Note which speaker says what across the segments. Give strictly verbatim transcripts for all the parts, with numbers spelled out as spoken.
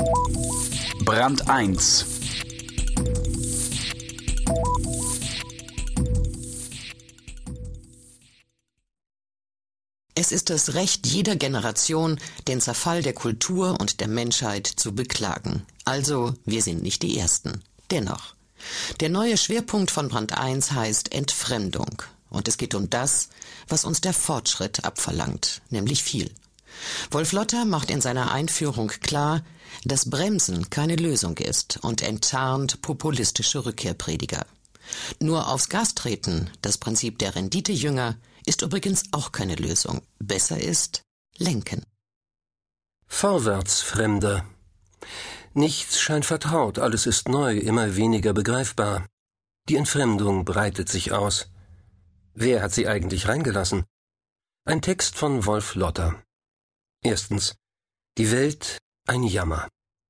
Speaker 1: Brand eins.
Speaker 2: Es ist das Recht jeder Generation, den Zerfall der Kultur und der Menschheit zu beklagen. Also, wir sind nicht die Ersten. Dennoch. Der neue Schwerpunkt von Brand eins heißt Entfremdung. Und es geht um das, was uns der Fortschritt abverlangt, nämlich viel. Wolf Lotter macht in seiner Einführung klar, dass Bremsen keine Lösung ist und enttarnt populistische Rückkehrprediger. Nur aufs Gas treten, das Prinzip der Renditejünger, ist übrigens auch keine Lösung. Besser ist lenken.
Speaker 3: Vorwärts, Fremder. Nichts scheint vertraut, alles ist neu, immer weniger begreifbar. Die Entfremdung breitet sich aus. Wer hat sie eigentlich reingelassen? Ein Text von Wolf Lotter. Erstens. Die Welt ein Jammer.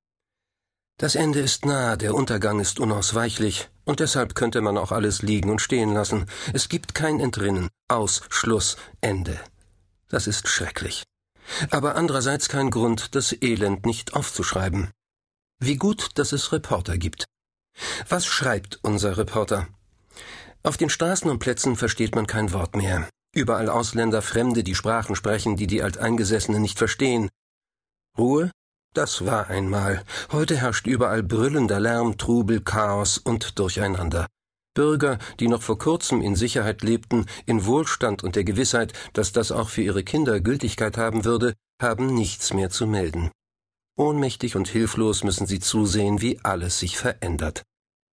Speaker 3: Das Ende ist nah, der Untergang ist unausweichlich, und deshalb könnte man auch alles liegen und stehen lassen. Es gibt kein Entrinnen, Aus, Schluss, Ende. Das ist schrecklich. Aber andererseits kein Grund, das Elend nicht aufzuschreiben. Wie gut, dass es Reporter gibt. Was schreibt unser Reporter? Auf den Straßen und Plätzen versteht man kein Wort mehr. Überall Ausländer, Fremde, die Sprachen sprechen, die die Alteingesessenen nicht verstehen. Ruhe? Das war einmal. Heute herrscht überall brüllender Lärm, Trubel, Chaos und Durcheinander. Bürger, die noch vor kurzem in Sicherheit lebten, in Wohlstand und der Gewissheit, dass das auch für ihre Kinder Gültigkeit haben würde, haben nichts mehr zu melden. Ohnmächtig und hilflos müssen sie zusehen, wie alles sich verändert.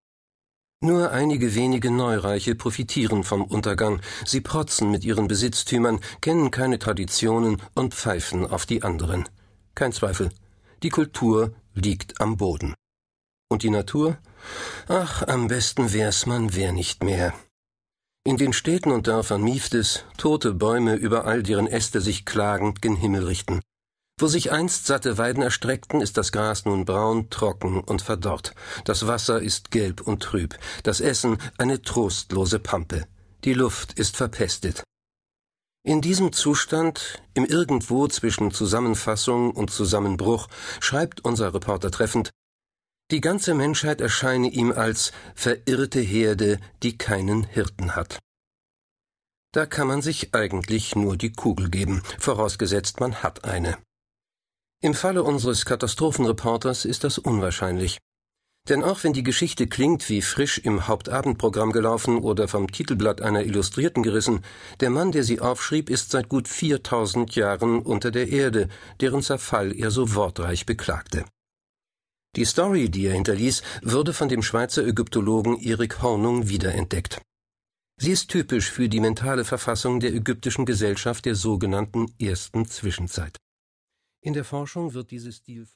Speaker 3: Nur einige wenige Neureiche profitieren vom Untergang. Sie protzen mit ihren Besitztümern, kennen keine Traditionen und pfeifen auf die anderen. Kein Zweifel. Die Kultur liegt am Boden. Und die Natur? Ach, am besten wär's, man wär nicht mehr. In den Städten und Dörfern mieft es, tote Bäume überall, deren Äste sich klagend gen Himmel richten. Wo sich einst satte Weiden erstreckten, ist das Gras nun braun, trocken und verdorrt. Das Wasser ist gelb und trüb, das Essen eine trostlose Pampe. Die Luft ist verpestet. In diesem Zustand, im Irgendwo zwischen Zusammenfassung und Zusammenbruch, schreibt unser Reporter treffend: Die ganze Menschheit erscheine ihm als verirrte Herde, die keinen Hirten hat. Da kann man sich eigentlich nur die Kugel geben, vorausgesetzt man hat eine. Im Falle unseres Katastrophenreporters ist das unwahrscheinlich. Denn auch wenn die Geschichte klingt wie frisch im Hauptabendprogramm gelaufen oder vom Titelblatt einer Illustrierten gerissen, der Mann, der sie aufschrieb, ist seit gut viertausend Jahren unter der Erde, deren Zerfall er so wortreich beklagte. Die Story, die er hinterließ, wurde von dem Schweizer Ägyptologen Erik Hornung wiederentdeckt. Sie ist typisch für die mentale Verfassung der ägyptischen Gesellschaft der sogenannten ersten Zwischenzeit. In der Forschung wird dieses Stilform